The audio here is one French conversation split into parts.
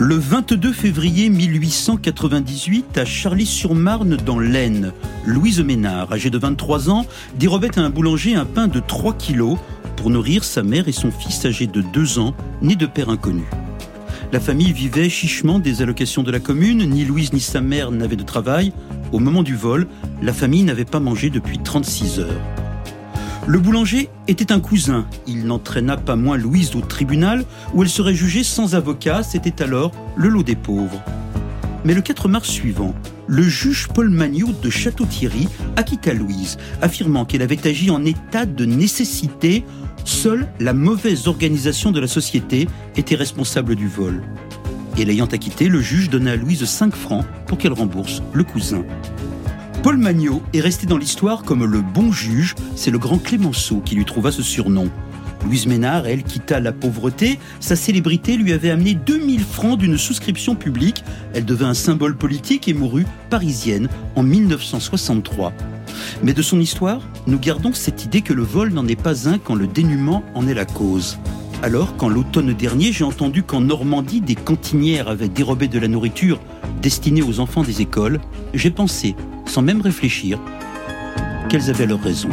Le 22 février 1898, à Charly-sur-Marne, dans l'Aisne, Louise Ménard, âgée de 23 ans, dérobait à un boulanger un pain de 3 kilos pour nourrir sa mère et son fils âgé de 2 ans, né de père inconnu. La famille vivait chichement des allocations de la commune, ni Louise ni sa mère n'avaient de travail. Au moment du vol, la famille n'avait pas mangé depuis 36 heures. Le boulanger était un cousin. Il n'entraîna pas moins Louise au tribunal où elle serait jugée sans avocat. C'était alors le lot des pauvres. Mais le 4 mars suivant, le juge Paul Magniot de Château-Thierry acquitta Louise, affirmant qu'elle avait agi en état de nécessité. Seule la mauvaise organisation de la société était responsable du vol. Et l'ayant acquittée, le juge donna à Louise 5 francs pour qu'elle rembourse le cousin. Paul Magniot est resté dans l'histoire comme le bon juge. C'est le grand Clémenceau qui lui trouva ce surnom. Louise Ménard, elle, quitta la pauvreté. Sa célébrité lui avait amené 2000 francs d'une souscription publique. Elle devint un symbole politique et mourut parisienne en 1963. Mais de son histoire, nous gardons cette idée que le vol n'en est pas un quand le dénuement en est la cause. Alors, quand l'automne dernier, j'ai entendu qu'en Normandie, des cantinières avaient dérobé de la nourriture destinée aux enfants des écoles, j'ai pensé, sans même réfléchir, qu'elles avaient leur raison.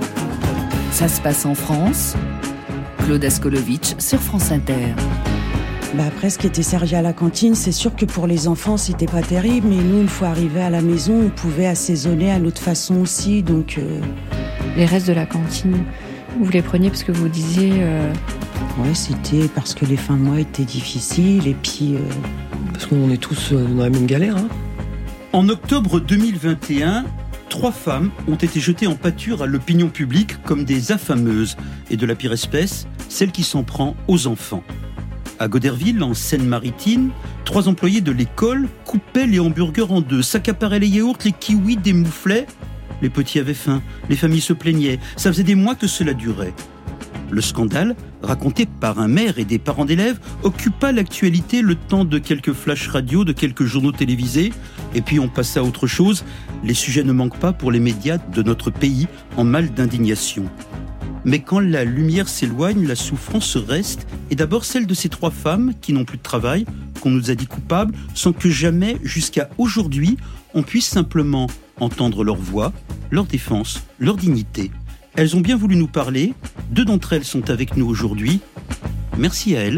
Ça se passe en France. Claude Askolovitch sur France Inter. Après, ce qui était servi à la cantine, c'est sûr que pour les enfants, c'était pas terrible. Mais nous, une fois arrivés à la maison, on pouvait assaisonner à notre façon aussi. Donc, Les restes de la cantine, vous les preniez parce que vous disiez... Ouais, c'était parce que les fins de mois étaient difficiles. Et puis... Parce qu'on est tous dans la même galère. En octobre 2021, 3 femmes ont été jetées en pâture à l'opinion publique comme des affameuses. Et de la pire espèce, celle qui s'en prend aux enfants. À Goderville, en Seine-Maritime, 3 employés de l'école coupaient les hamburgers en 2, s'accaparaient les yaourts, les kiwis, démouflaient. Les petits avaient faim, les familles se plaignaient. Ça faisait des mois que cela durait. Le scandale, raconté par un maire et des parents d'élèves, occupa l'actualité le temps de quelques flashs radio, de quelques journaux télévisés. Et puis on passa à autre chose. Les sujets ne manquent pas pour les médias de notre pays en mal d'indignation. Mais quand la lumière s'éloigne, la souffrance reste, et d'abord celle de ces 3 femmes qui n'ont plus de travail, qu'on nous a dit coupables, sans que jamais, jusqu'à aujourd'hui, on puisse simplement entendre leur voix, leur défense, leur dignité. Elles ont bien voulu nous parler, 2 d'entre elles sont avec nous aujourd'hui. Merci à elles.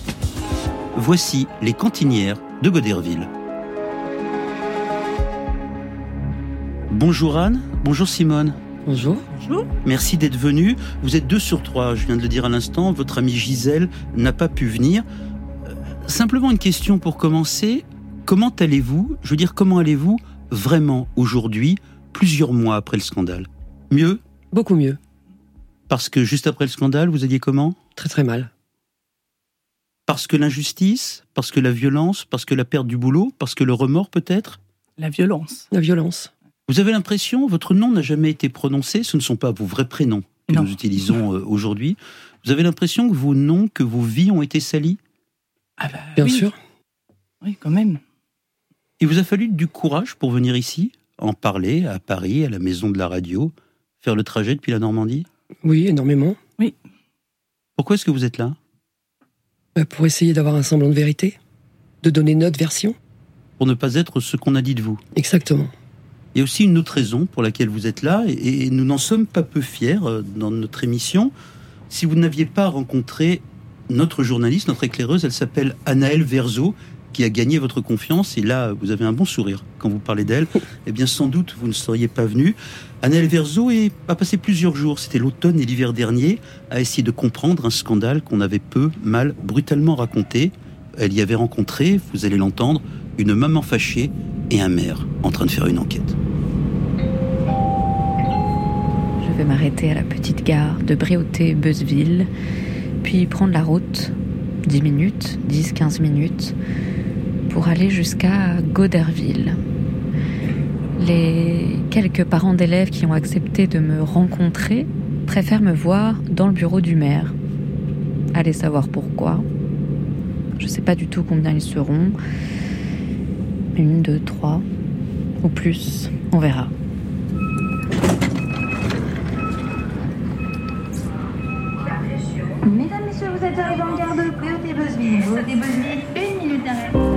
Voici les cantinières de Goderville. Bonjour Anne, bonjour Simone. Bonjour. Bonjour. Merci d'être venu. Vous êtes 2 sur 3, je viens de le dire à l'instant. Votre amie Gisèle n'a pas pu venir. Simplement une question pour commencer. Comment allez-vous ? Je veux dire, comment allez-vous vraiment aujourd'hui, plusieurs mois après le scandale ? Mieux ? Beaucoup mieux. Parce que juste après le scandale, vous alliez comment ? Très très mal. Parce que l'injustice ? Parce que la violence ? Parce que la perte du boulot ? Parce que le remords peut-être ? La violence. La violence. Vous avez l'impression, votre nom n'a jamais été prononcé, ce ne sont pas vos vrais prénoms que Non. nous utilisons aujourd'hui. Vous avez l'impression que vos noms, que vos vies ont été salis ? Bien oui. sûr. Oui, quand même. Il vous a fallu du courage pour venir ici, en parler à Paris, à la maison de la radio, faire le trajet depuis la Normandie ? Oui, énormément. Pourquoi est-ce que vous êtes là ? Pour essayer d'avoir un semblant de vérité, de donner notre version. Pour ne pas être ce qu'on a dit de vous. Exactement. Il y a aussi une autre raison pour laquelle vous êtes là, et nous n'en sommes pas peu fiers dans notre émission. Si vous n'aviez pas rencontré notre journaliste, notre éclaireuse, elle s'appelle Anaëlle Verzeau, qui a gagné votre confiance, et là, vous avez un bon sourire quand vous parlez d'elle. Eh bien, sans doute, vous ne seriez pas venu. Anaëlle Verzeau a passé plusieurs jours, c'était l'automne et l'hiver dernier, à essayer de comprendre un scandale qu'on avait peu, mal, brutalement raconté. Elle y avait rencontré, vous allez l'entendre, une maman fâchée et un maire en train de faire une enquête. Je vais m'arrêter à la petite gare de Bréauté-Beuzeville, puis prendre la route, 10 minutes, 10-15 minutes, pour aller jusqu'à Goderville. Les quelques parents d'élèves qui ont accepté de me rencontrer préfèrent me voir dans le bureau du maire. Allez savoir pourquoi. Je ne sais pas du tout combien ils seront. 1, 2, 3 ou plus, on verra. Mesdames, Messieurs, vous êtes arrivés en gare de Bréauté-Beuzeville. Bréauté-Beuzeville, 1 minute d'arrêt.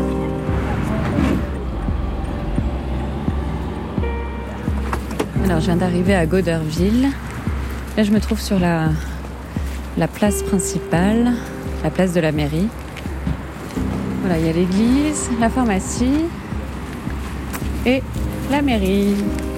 Alors, je viens d'arriver à Goderville. Là, je me trouve sur la place principale, la place de la mairie. Voilà, il y a l'église, la pharmacie et la mairie.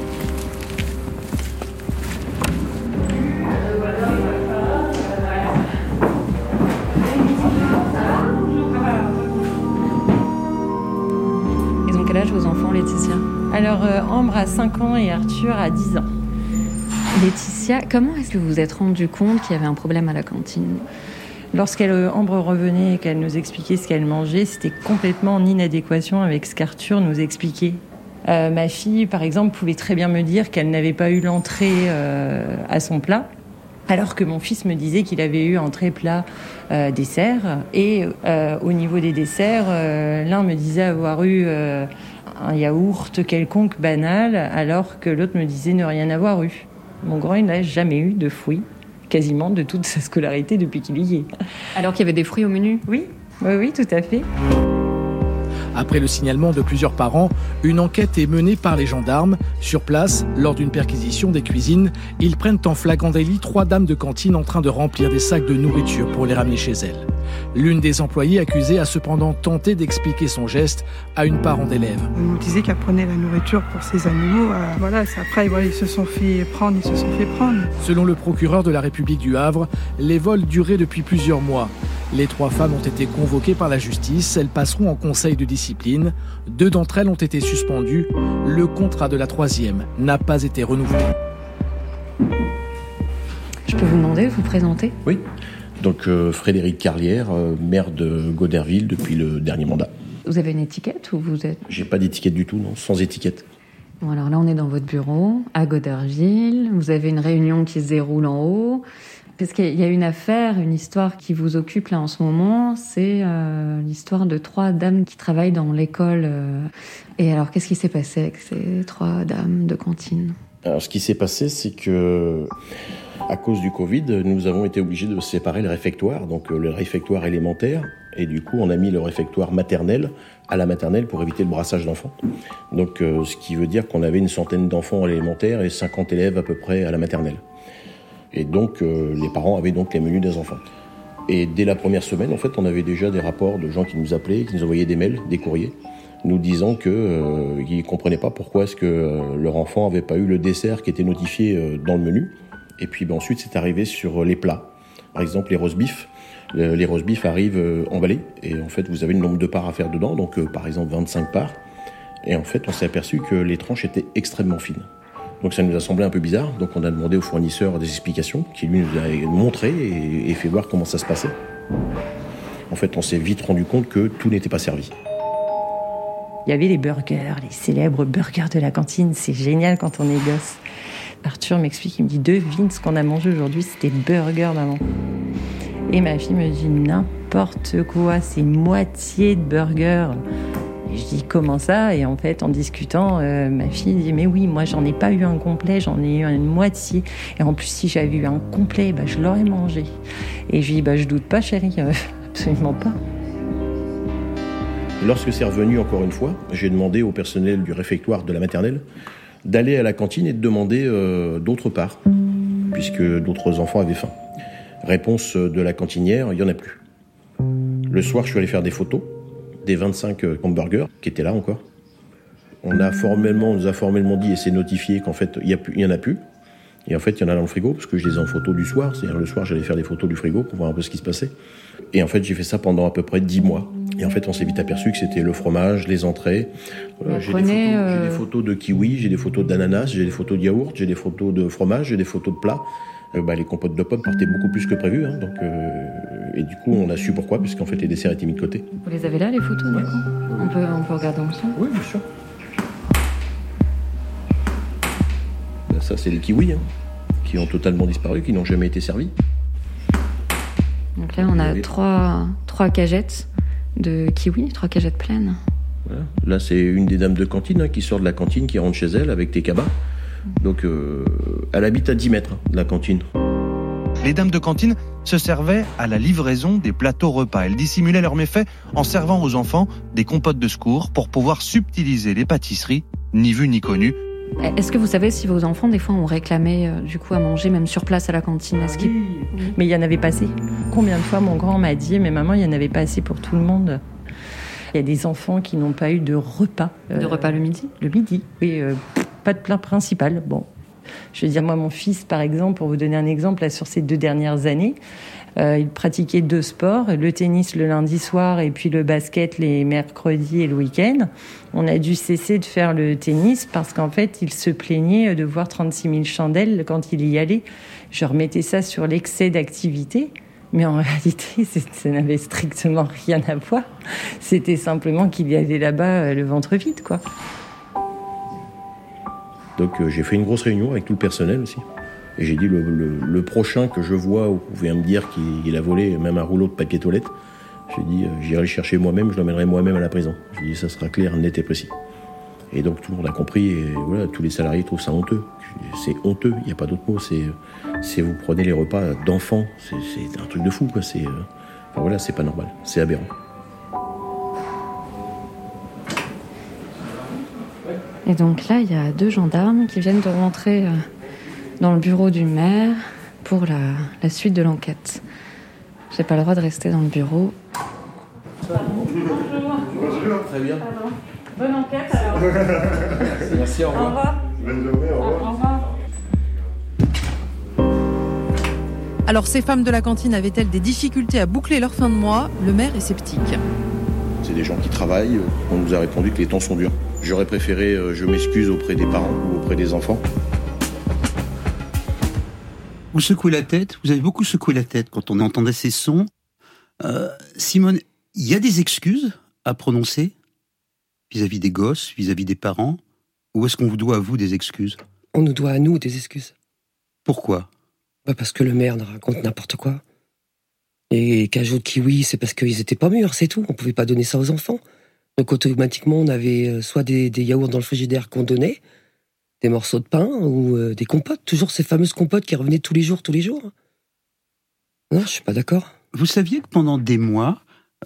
Ils ont quel âge vos enfants, Laetitia ? Alors, Ambre a 5 ans et Arthur a 10 ans. Laetitia, comment est-ce que vous vous êtes rendu compte qu'il y avait un problème à la cantine ? Ambre revenait et qu'elle nous expliquait ce qu'elle mangeait, c'était complètement en inadéquation avec ce qu'Arthur nous expliquait. Ma fille, par exemple, pouvait très bien me dire qu'elle n'avait pas eu l'entrée à son plat, alors que mon fils me disait qu'il avait eu entrée, plat, dessert. Et au niveau des desserts, l'un me disait avoir eu un yaourt quelconque banal, alors que l'autre me disait ne rien avoir eu. Mon grand, il n'a jamais eu de fruits, quasiment de toute sa scolarité depuis qu'il y est. Alors qu'il y avait des fruits au menu ? Oui, tout à fait. Après le signalement de plusieurs parents, une enquête est menée par les gendarmes. Sur place, lors d'une perquisition des cuisines, ils prennent en flagrant délit 3 dames de cantine en train de remplir des sacs de nourriture pour les ramener chez elles. L'une des employées accusées a cependant tenté d'expliquer son geste à une parent d'élève. On nous disait qu'elle prenait la nourriture pour ses animaux. Après, ils se sont fait prendre. Selon le procureur de la République du Havre, les vols duraient depuis plusieurs mois. Les 3 femmes ont été convoquées par la justice. Elles passeront en conseil de discipline. 2 d'entre elles ont été suspendues. Le contrat de la 3e n'a pas été renouvelé. Je peux vous demander de vous présenter ? Oui. Donc Frédéric Carlière, maire de Goderville depuis le dernier mandat. Vous avez une étiquette ou vous êtes... J'ai pas d'étiquette du tout, non, sans étiquette. Bon, alors là, on est dans votre bureau, à Goderville. Vous avez une réunion qui se déroule en haut. Parce qu'il y a une affaire, une histoire qui vous occupe là en ce moment. C'est l'histoire de 3 dames qui travaillent dans l'école. Et alors, qu'est-ce qui s'est passé avec ces 3 dames de cantine ? Alors, ce qui s'est passé, c'est que... À cause du Covid, nous avons été obligés de séparer les réfectoires, donc le réfectoire élémentaire, et du coup on a mis le réfectoire maternel à la maternelle pour éviter le brassage d'enfants. Donc ce qui veut dire qu'on avait une centaine d'enfants à l'élémentaire et 50 élèves à peu près à la maternelle. Et donc les parents avaient donc les menus des enfants. Et dès la première semaine, en fait, on avait déjà des rapports de gens qui nous appelaient, qui nous envoyaient des mails, des courriers, nous disant qu'ils ne comprenaient pas pourquoi est-ce que leur enfant n'avait pas eu le dessert qui était notifié dans le menu. Et puis ensuite, c'est arrivé sur les plats. Par exemple, les roast beef. Les roast beef arrivent emballés. Et en fait, vous avez le nombre de parts à faire dedans. Donc, par exemple, 25 parts. Et en fait, on s'est aperçu que les tranches étaient extrêmement fines. Donc, ça nous a semblé un peu bizarre. Donc, on a demandé au fournisseur des explications, qui lui nous a montré et fait voir comment ça se passait. En fait, on s'est vite rendu compte que tout n'était pas servi. Il y avait les burgers, les célèbres burgers de la cantine. C'est génial quand on est gosse. Arthur m'explique, il me dit, devine ce qu'on a mangé aujourd'hui, c'était burger, maman. Et ma fille me dit, n'importe quoi, c'est moitié de burger. Et je dis, comment ça ? Et en fait, en discutant, ma fille dit, mais oui, moi, j'en ai pas eu un complet, j'en ai eu une moitié. Et en plus, si j'avais eu un complet, je l'aurais mangé. Et je lui dis, je doute pas, chérie, absolument pas. Lorsque c'est revenu encore une fois, j'ai demandé au personnel du réfectoire de la maternelle d'aller à la cantine et de demander d'autres parts, puisque d'autres enfants avaient faim. Réponse de la cantinière, il n'y en a plus. Le soir, je suis allé faire des photos des 25 hamburgers qui étaient là encore. On nous a formellement dit et c'est notifié qu'en fait, il n'y en a plus. Et en fait, il y en a dans le frigo, parce que je les ai en photo du soir. C'est-à-dire le soir, j'allais faire des photos du frigo pour voir un peu ce qui se passait. Et en fait, j'ai fait ça pendant à peu près 10 mois. Et en fait, on s'est vite aperçu que c'était le fromage, les entrées. Voilà, j'ai des photos de kiwi, j'ai des photos d'ananas, j'ai des photos de yaourt, j'ai des photos de fromage, j'ai des photos de plats. Les compotes de pommes partaient beaucoup plus que prévu. Et du coup, on a su pourquoi, puisqu'en fait, les desserts étaient mis de côté. Vous les avez là, les photos, du coup ? On peut regarder ensemble ? Oui, bien sûr. Ça, c'est les kiwis, qui ont totalement disparu, qui n'ont jamais été servis. Donc là, on a trois cagettes de kiwis, 3 cagettes pleines. Voilà. Là, c'est une des dames de cantine qui sort de la cantine, qui rentre chez elle avec des cabas. Donc, elle habite à 10 mètres de la cantine. Les dames de cantine se servaient à la livraison des plateaux repas. Elles dissimulaient leurs méfaits en servant aux enfants des compotes de secours pour pouvoir subtiliser les pâtisseries, ni vues ni connues, Est-ce que vous savez si vos enfants, des fois, ont réclamé du coup à manger, même sur place à la cantine? Mais il n'y en avait pas assez. Combien de fois mon grand m'a dit « Mais maman, il n'y en avait pas assez pour tout le monde ?» Il y a des enfants qui n'ont pas eu de repas. De repas le midi? Le midi, oui. Pas de plat principal. Bon. Je veux dire, moi, mon fils, par exemple, pour vous donner un exemple, là, sur ces 2 dernières années, il pratiquait 2 sports, le tennis le lundi soir et puis le basket les mercredis et le week-end. On a dû cesser de faire le tennis parce qu'en fait, il se plaignait de voir 36 000 chandelles quand il y allait. Je remettais ça sur l'excès d'activité, mais en réalité, ça n'avait strictement rien à voir. C'était simplement qu'il y allait là-bas le ventre vide, quoi. Donc j'ai fait une grosse réunion avec tout le personnel aussi. Et j'ai dit, le prochain que je vois, vous pouvez me dire qu'il a volé même un rouleau de papier toilette, j'ai dit, j'irai le chercher moi-même, je l'emmènerai moi-même à la prison. J'ai dit, ça sera clair, net et précis. Et donc tout le monde a compris, et voilà, tous les salariés trouvent ça honteux. C'est honteux, il n'y a pas d'autre mot, c'est vous prenez les repas d'enfants, c'est un truc de fou, quoi. Enfin voilà, c'est pas normal, c'est aberrant. Et donc là, il y a 2 gendarmes qui viennent de rentrer dans le bureau du maire pour la suite de l'enquête. J'ai pas le droit de rester dans le bureau. Bonjour. Très bien. Bonne enquête alors. Merci, au revoir. Au revoir. Bonne journée, au revoir. Au revoir. Alors ces femmes de la cantine avaient-elles des difficultés à boucler leur fin de mois? Le maire est sceptique. C'est des gens qui travaillent, on nous a répondu que les temps sont durs. J'aurais préféré, je m'excuse auprès des parents ou auprès des enfants. Vous secouez la tête, vous avez beaucoup secoué la tête quand on entendait ces sons. Simone, il y a des excuses à prononcer vis-à-vis des gosses, vis-à-vis des parents, ou est-ce qu'on vous doit à vous des excuses? On nous doit à nous des excuses. Pourquoi? Parce que le maire raconte n'importe quoi. Et cajou de kiwi, c'est parce qu'ils étaient pas mûrs, c'est tout. On pouvait pas donner ça aux enfants. Donc automatiquement, on avait soit des yaourts dans le frigidaire qu'on donnait, des morceaux de pain ou des compotes. Toujours ces fameuses compotes qui revenaient tous les jours. Non, je suis pas d'accord. Vous saviez que pendant des mois,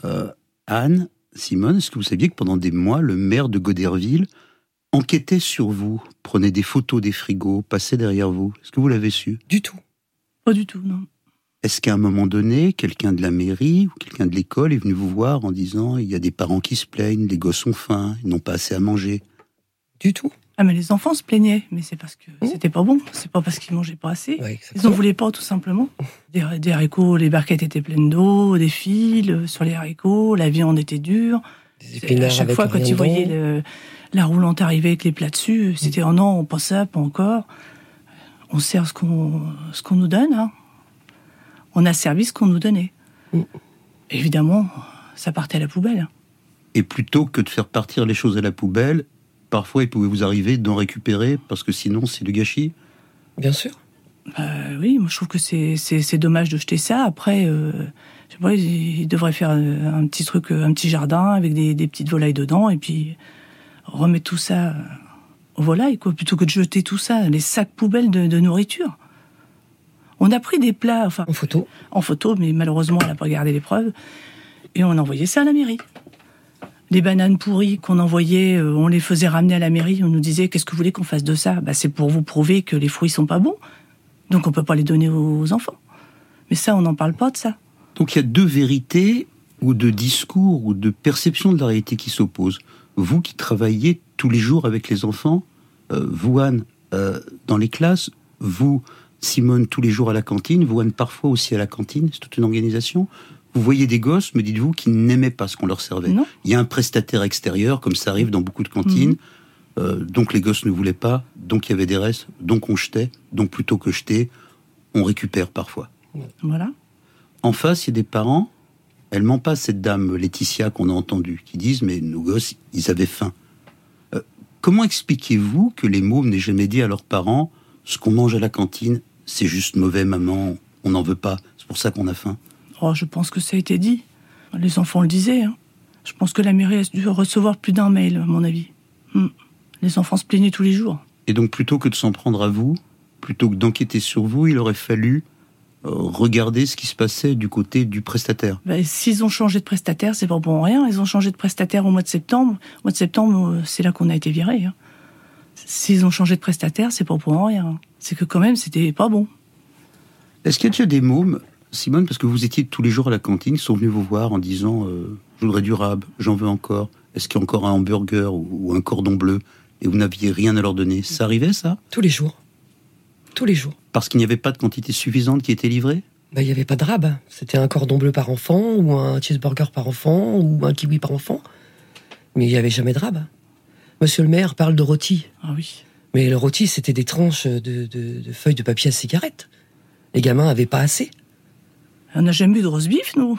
Anne, Simone, est-ce que vous saviez que pendant des mois, le maire de Goderville enquêtait sur vous, prenait des photos des frigos, passait derrière vous? Est-ce que vous l'avez su? Du tout. Pas du tout, non. Est-ce qu'à un moment donné, quelqu'un de la mairie ou quelqu'un de l'école est venu vous voir en disant « Il y a des parents qui se plaignent, les gosses ont faim, ils n'ont pas assez à manger ». Du tout. Ah mais les enfants se plaignaient, mais c'est parce que c'était pas bon, c'est pas parce qu'ils mangeaient pas assez. Ouais, ils en voulaient pas tout simplement. Des haricots, les barquettes étaient pleines d'eau, des fils sur les haricots, la viande était dure. À chaque fois quand ils voyaient la roulante arriver avec les plats dessus, c'était « Oh non, pas ça, pas encore ». On sert ce qu'on nous donne, hein. On a servi ce qu'on nous donnait. Évidemment, ça partait à la poubelle. Et plutôt que de faire partir les choses à la poubelle, parfois il pouvait vous arriver d'en récupérer, parce que sinon c'est du gâchis? Bien sûr. Oui, moi je trouve que c'est dommage de jeter ça. Après, je sais pas, il devrait faire un petit truc, un petit jardin avec des petites volailles dedans, et puis remettre tout ça aux volailles, quoi, plutôt que de jeter tout ça, les sacs poubelles de nourriture. On a pris des plats, en photo, mais malheureusement, elle n'a pas gardé les preuves. Et on envoyait ça à la mairie. Les bananes pourries qu'on envoyait, on les faisait ramener à la mairie. On nous disait, qu'est-ce que vous voulez qu'on fasse de ça? C'est pour vous prouver que les fruits sont pas bons. Donc on peut pas les donner aux enfants. Mais ça, on n'en parle pas de ça. Donc il y a 2 vérités, ou 2 discours, ou 2 perceptions de la réalité qui s'opposent. Vous qui travaillez tous les jours avec les enfants, vous Anne, dans les classes, vous Simone tous les jours à la cantine, vous Anne parfois aussi à la cantine, c'est toute une organisation. Vous voyez des gosses, me dites-vous, qui n'aimaient pas ce qu'on leur servait. Non. Il y a un prestataire extérieur, comme ça arrive dans beaucoup de cantines, donc les gosses ne voulaient pas, donc il y avait des restes, donc on jetait, donc plutôt que jeter, on récupère parfois. Voilà. En face, il y a des parents, elle ment pas, cette dame Laetitia qu'on a entendue, qui disent, mais nos gosses, ils avaient faim. Comment expliquez-vous que les mômes n'aient jamais dit à leurs parents, ce qu'on mange à la cantine, c'est juste mauvais, maman, on n'en veut pas, c'est pour ça qu'on a faim? Oh, je pense que ça a été dit. Les enfants le disaient. Hein. Je pense que la mairie a dû recevoir plus d'un mail, à mon avis. Les enfants se plaignaient tous les jours. Et donc, plutôt que de s'en prendre à vous, plutôt que d'enquêter sur vous, il aurait fallu regarder ce qui se passait du côté du prestataire. S'ils ont changé de prestataire, c'est pas bon rien. Ils ont changé de prestataire au mois de septembre. Au mois de septembre, c'est là qu'on a été virés. Hein. S'ils ont changé de prestataire, c'est pas pour rien. C'est que quand même, c'était pas bon. Est-ce qu'il y a déjà des mômes, Simone, parce que vous étiez tous les jours à la cantine, ils sont venus vous voir en disant je voudrais du rab, j'en veux encore. Est-ce qu'il y a encore un hamburger ou un cordon bleu? Et vous n'aviez rien à leur donner. Ça arrivait, ça? Tous les jours. Tous les jours. Parce qu'il n'y avait pas de quantité suffisante qui était livrée? Il n'y avait pas de rab. C'était un cordon bleu par enfant, ou un cheeseburger par enfant, ou un kiwi par enfant. Mais il n'y avait jamais de rab. Monsieur le maire parle de rôti. Ah oui. Mais le rôti, c'était des tranches de feuilles de papier à cigarette. Les gamins n'avaient pas assez. On n'a jamais eu de roast beef, nous.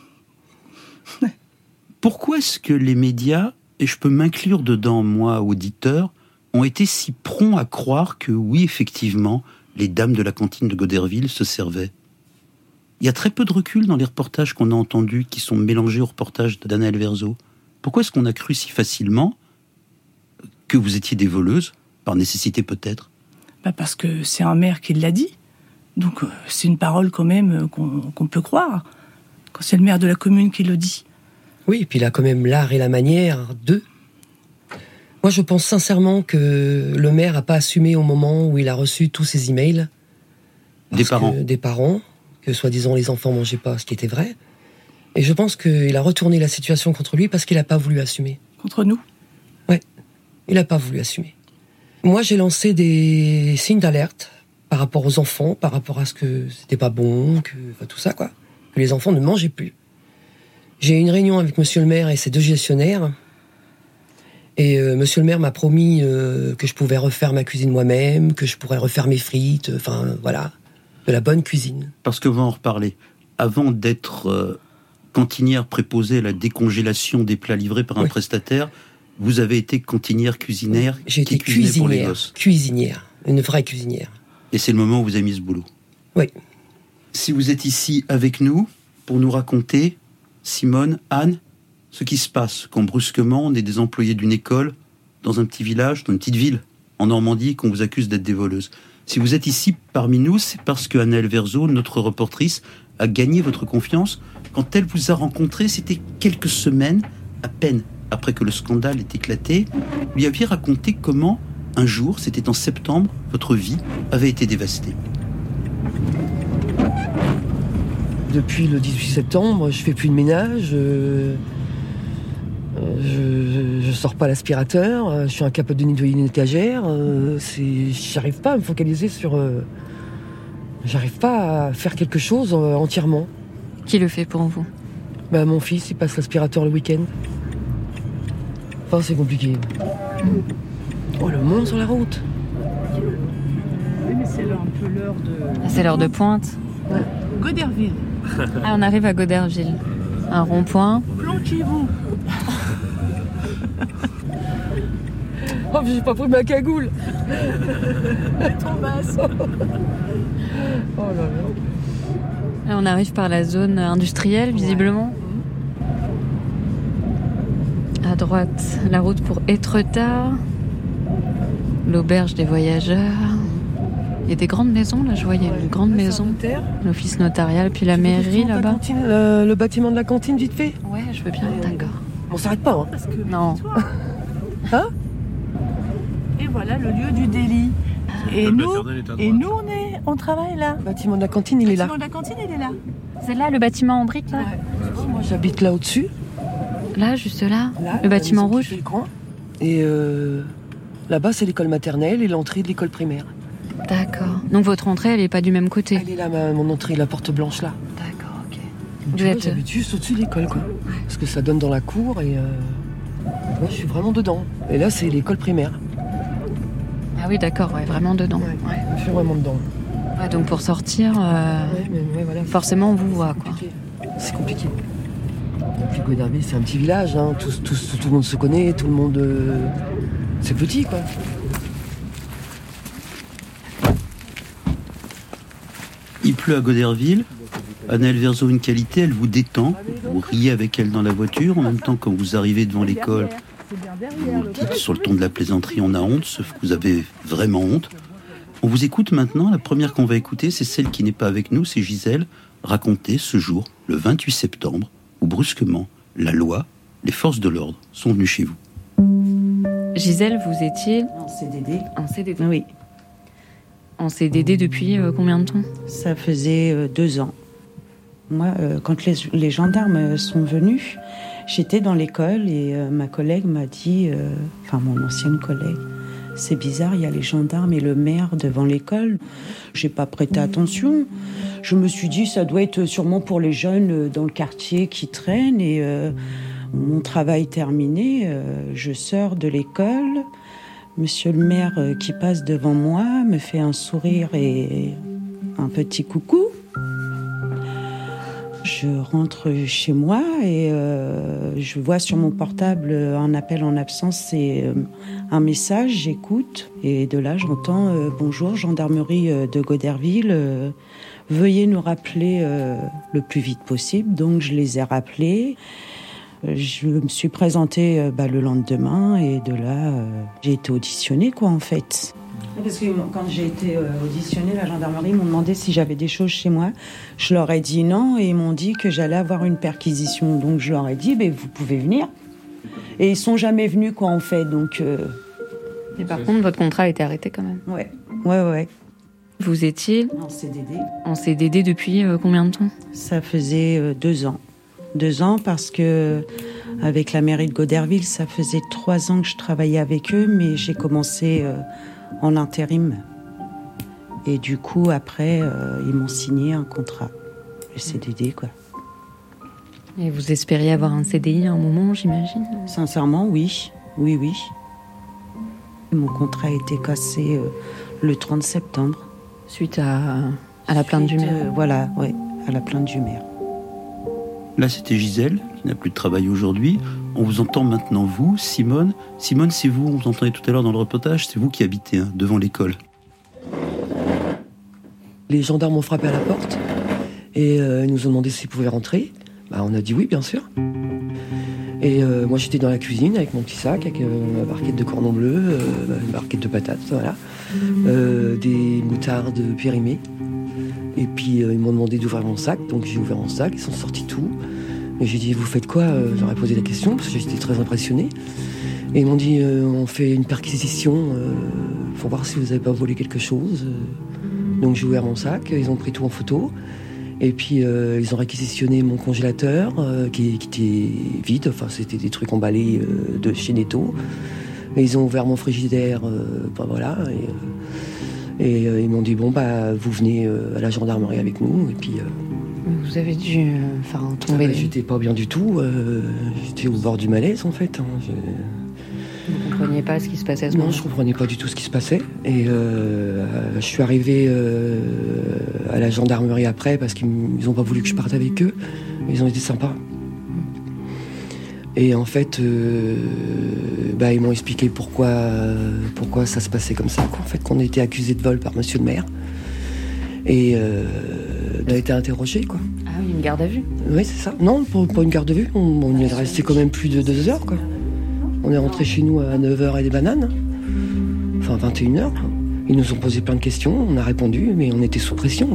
Pourquoi est-ce que les médias, et je peux m'inclure dedans, moi, auditeur, ont été si prompts à croire que, oui, effectivement, les dames de la cantine de Goderville se servaient? Il y a très peu de recul dans les reportages qu'on a entendus, qui sont mélangés aux reportages d'Anaëlle Verzo. Pourquoi est-ce qu'on a cru si facilement que vous étiez des voleuses, par nécessité peut-être? Parce que c'est un maire qui l'a dit. Donc c'est une parole quand même qu'on peut croire, quand c'est le maire de la commune qui le dit. Oui, et puis il a quand même l'art et la manière de... Moi je pense sincèrement que le maire n'a pas assumé au moment où il a reçu tous ces emails. Des parents. Des parents, que soi-disant les enfants mangeaient pas, ce qui était vrai. Et je pense qu'il a retourné la situation contre lui parce qu'il n'a pas voulu assumer. Contre nous? Ouais, il n'a pas voulu assumer. Moi j'ai lancé des signes d'alerte par rapport aux enfants, par rapport à ce que c'était pas bon, tout ça quoi, que les enfants ne mangeaient plus. J'ai eu une réunion avec monsieur le maire et ses 2 gestionnaires, et monsieur le maire m'a promis que je pouvais refaire ma cuisine moi-même, que je pourrais refaire mes frites, voilà, de la bonne cuisine. Parce que vous en reparlez. Avant d'être cantinière préposée à la décongélation des plats livrés par un prestataire, vous avez été cantinière cuisinière. J'ai été cuisinière, une vraie cuisinière. Et c'est le moment où vous avez mis ce boulot. Oui. Si vous êtes ici avec nous pour nous raconter, Simone, Anne, ce qui se passe quand brusquement on est des employés d'une école dans un petit village, dans une petite ville en Normandie, qu'on vous accuse d'être des voleuses. Si vous êtes ici parmi nous, c'est parce que Anaëlle Verzo, notre reportrice, a gagné votre confiance. Quand elle vous a rencontré, c'était quelques semaines, à peine après que le scandale ait éclaté, vous lui aviez raconté comment un jour, c'était en septembre, votre vie avait été dévastée. Depuis le 18 septembre, je fais plus de ménage, je sors pas l'aspirateur, je suis incapable de nettoyer une étagère, j'arrive pas à me focaliser sur... j'arrive pas à faire quelque chose entièrement. Qui le fait pour vous? Mon fils, il passe l'aspirateur le week-end. Enfin, c'est compliqué. Oh, le monde sur la route. Oui, mais c'est un peu l'heure de... C'est l'heure de pointe. Ouais. Goderville. Ah, on arrive à Goderville. Un rond-point. Planquez-vous. Oh, mais j'ai pas pris ma cagoule. Trop basse. Oh là là. Là, on arrive par la zone industrielle, visiblement. À droite, la route pour Étretat. L'auberge des voyageurs. Il y a des grandes maisons, là, je vois, il y a une grande maison. L'office notarial, puis la mairie, là-bas. Le bâtiment de la cantine, vite fait? Ouais, je veux bien, d'accord. On s'arrête pas, hein? Non. Hein? Et voilà le lieu du délit. Et nous, on travaille là. Le bâtiment de la cantine, il est là. Le bâtiment de la cantine, il est là. C'est là, le bâtiment en briques, là? Ouais. Moi, j'habite là au-dessus. Là, juste là, le bâtiment rouge. Et là-bas, c'est l'école maternelle et l'entrée de l'école primaire. D'accord. Donc votre entrée, elle est pas du même côté? Elle est là, mon entrée, la porte blanche là. D'accord, ok. J'habite juste au-dessus de l'école, quoi. Parce que ça donne dans la cour et moi, je suis vraiment dedans. Et là, c'est l'école primaire. Ah oui, d'accord, ouais, vraiment dedans. Ouais. Je suis vraiment dedans. Ouais, donc pour sortir, voilà, forcément, on vous voit, quoi. C'est compliqué. Puis Goderville, c'est un petit village, hein. Tout le monde se connaît, tout le monde... C'est petit, quoi. Il pleut à Goderville. Anaëlle Verzo, une qualité, elle vous détend. Vous riez avec elle dans la voiture. En même temps, quand vous arrivez devant l'école, vous le dites sur le ton de la plaisanterie, on a honte, sauf que vous avez vraiment honte. On vous écoute maintenant. La première qu'on va écouter, c'est celle qui n'est pas avec nous, c'est Gisèle, raconter ce jour, le 28 septembre, où brusquement, la loi, les forces de l'ordre sont venues chez vous. Gisèle, vous étiez en CDD. En CDD. Oui. En CDD depuis combien de temps ? Ça faisait 2 ans. Moi, quand les gendarmes sont venus, j'étais dans l'école et ma collègue m'a dit, mon ancienne collègue, c'est bizarre, il y a les gendarmes et le maire devant l'école. J'ai pas prêté attention. Je me suis dit, ça doit être sûrement pour les jeunes dans le quartier qui traînent. Et mon travail terminé, je sors de l'école. Monsieur le maire qui passe devant moi me fait un sourire et un petit coucou. Je rentre chez moi et je vois sur mon portable un appel en absence et un message, j'écoute. Et de là, j'entends « Bonjour, gendarmerie de Goderville, veuillez nous rappeler le plus vite possible ». Donc je les ai rappelés. Je me suis présentée le lendemain et de là, j'ai été auditionnée, en fait. Parce que quand j'ai été auditionnée, la gendarmerie m'ont demandé si j'avais des choses chez moi. Je leur ai dit non et ils m'ont dit que j'allais avoir une perquisition. Donc je leur ai dit, vous pouvez venir. Et ils sont jamais venus, en fait. Donc, Et par contre, votre contrat a été arrêté quand même. Ouais. Vous étiez en CDD. En CDD depuis combien de temps ? Ça faisait 2 ans. 2 ans parce que avec la mairie de Goderville, ça faisait 3 ans que je travaillais avec eux, mais j'ai commencé en intérim. Et du coup, après, ils m'ont signé un contrat, le CDD, Et vous espériez avoir un CDI à un moment, j'imagine ? Sincèrement, oui. Mon contrat a été cassé le 30 septembre. Suite à la plainte du maire. À la plainte du maire. Là, c'était Gisèle, qui n'a plus de travail aujourd'hui. On vous entend maintenant, vous, Simone. Simone, c'est vous, on vous entendait tout à l'heure dans le reportage, c'est vous qui habitez devant l'école. Les gendarmes ont frappé à la porte et nous ont demandé s'ils pouvaient rentrer. On a dit oui, bien sûr. Et moi, j'étais dans la cuisine avec mon petit sac, avec ma barquette de cordon bleu, une barquette de patates, voilà. Des moutardes périmées. Et puis ils m'ont demandé d'ouvrir mon sac, donc j'ai ouvert mon sac, ils sont sortis tout. Et j'ai dit, vous faites quoi ? J'aurais posé la question, parce que j'étais très impressionné. Et ils m'ont dit, on fait une perquisition, pour voir si vous n'avez pas volé quelque chose. Donc j'ai ouvert mon sac, ils ont pris tout en photo. Et puis ils ont réquisitionné mon congélateur, qui était vide, enfin c'était des trucs emballés de chez Netto. Et ils ont ouvert mon frigidaire, voilà. Et ils m'ont dit, vous venez à la gendarmerie avec nous. Et puis, vous avez dû tomber... J'étais pas bien du tout. J'étais au bord du malaise, en fait. Vous ne compreniez pas ce qui se passait à ce moment-là ? Non, je comprenais pas du tout ce qui se passait. Et je suis arrivé à la gendarmerie après, parce qu'ils n'ont pas voulu que je parte avec eux. Ils ont été sympas. Et en fait, ils m'ont expliqué pourquoi ça se passait comme ça. En fait, qu'on était accusé de vol par monsieur le maire. Et on a été interrogé, Ah oui, une garde à vue ? Oui, c'est ça. Non, pas une garde à vue. On y est resté quand même plus de 2 heures, On est rentré chez nous à 9h et des bananes. Enfin, 21h. Ils nous ont posé plein de questions, on a répondu, mais on était sous pression,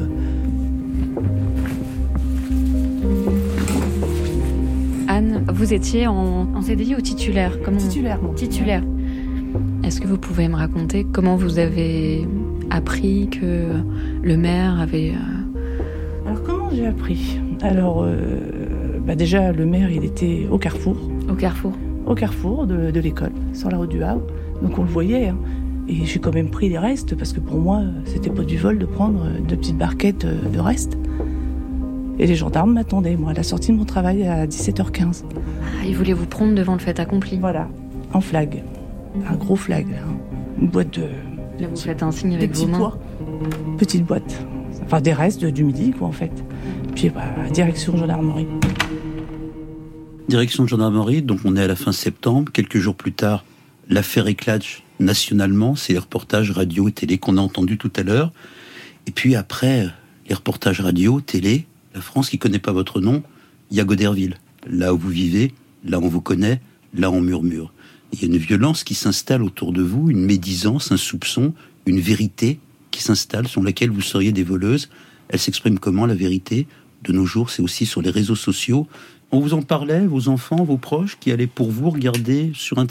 Anne, vous étiez en CDI ou titulaire ? Titulaire. Est-ce que vous pouvez me raconter comment vous avez appris que le maire avait... Alors comment j'ai appris ? Alors déjà le maire il était au carrefour. Au carrefour de l'école, sur la route du Havre. Donc on le voyait. Et j'ai quand même pris les restes parce que pour moi c'était pas du vol de prendre 2 petites barquettes de restes. Et les gendarmes m'attendaient, moi, à la sortie de mon travail à 17h15. Ah, ils voulaient vous prendre devant le fait accompli. Voilà, en flag. Un gros flag, là. Une boîte de... Là, vous faites un signe avec vos mains. Pois. Petite boîte. Enfin, des restes du midi, en fait. Puis, direction gendarmerie. Direction de gendarmerie, donc on est à la fin septembre. Quelques jours plus tard, l'affaire éclate nationalement. C'est les reportages radio et télé qu'on a entendus tout à l'heure. Et puis après, les reportages radio, télé... La France qui ne connaît pas votre nom, il y a Goderville. Là où vous vivez, là où on vous connaît, là où on murmure. Il y a une violence qui s'installe autour de vous, une médisance, un soupçon, une vérité qui s'installe sur laquelle vous seriez des voleuses. Elle s'exprime comment, la vérité ? De nos jours, c'est aussi sur les réseaux sociaux. On vous en parlait, vos enfants, vos proches, qui allaient pour vous regarder sur Internet ?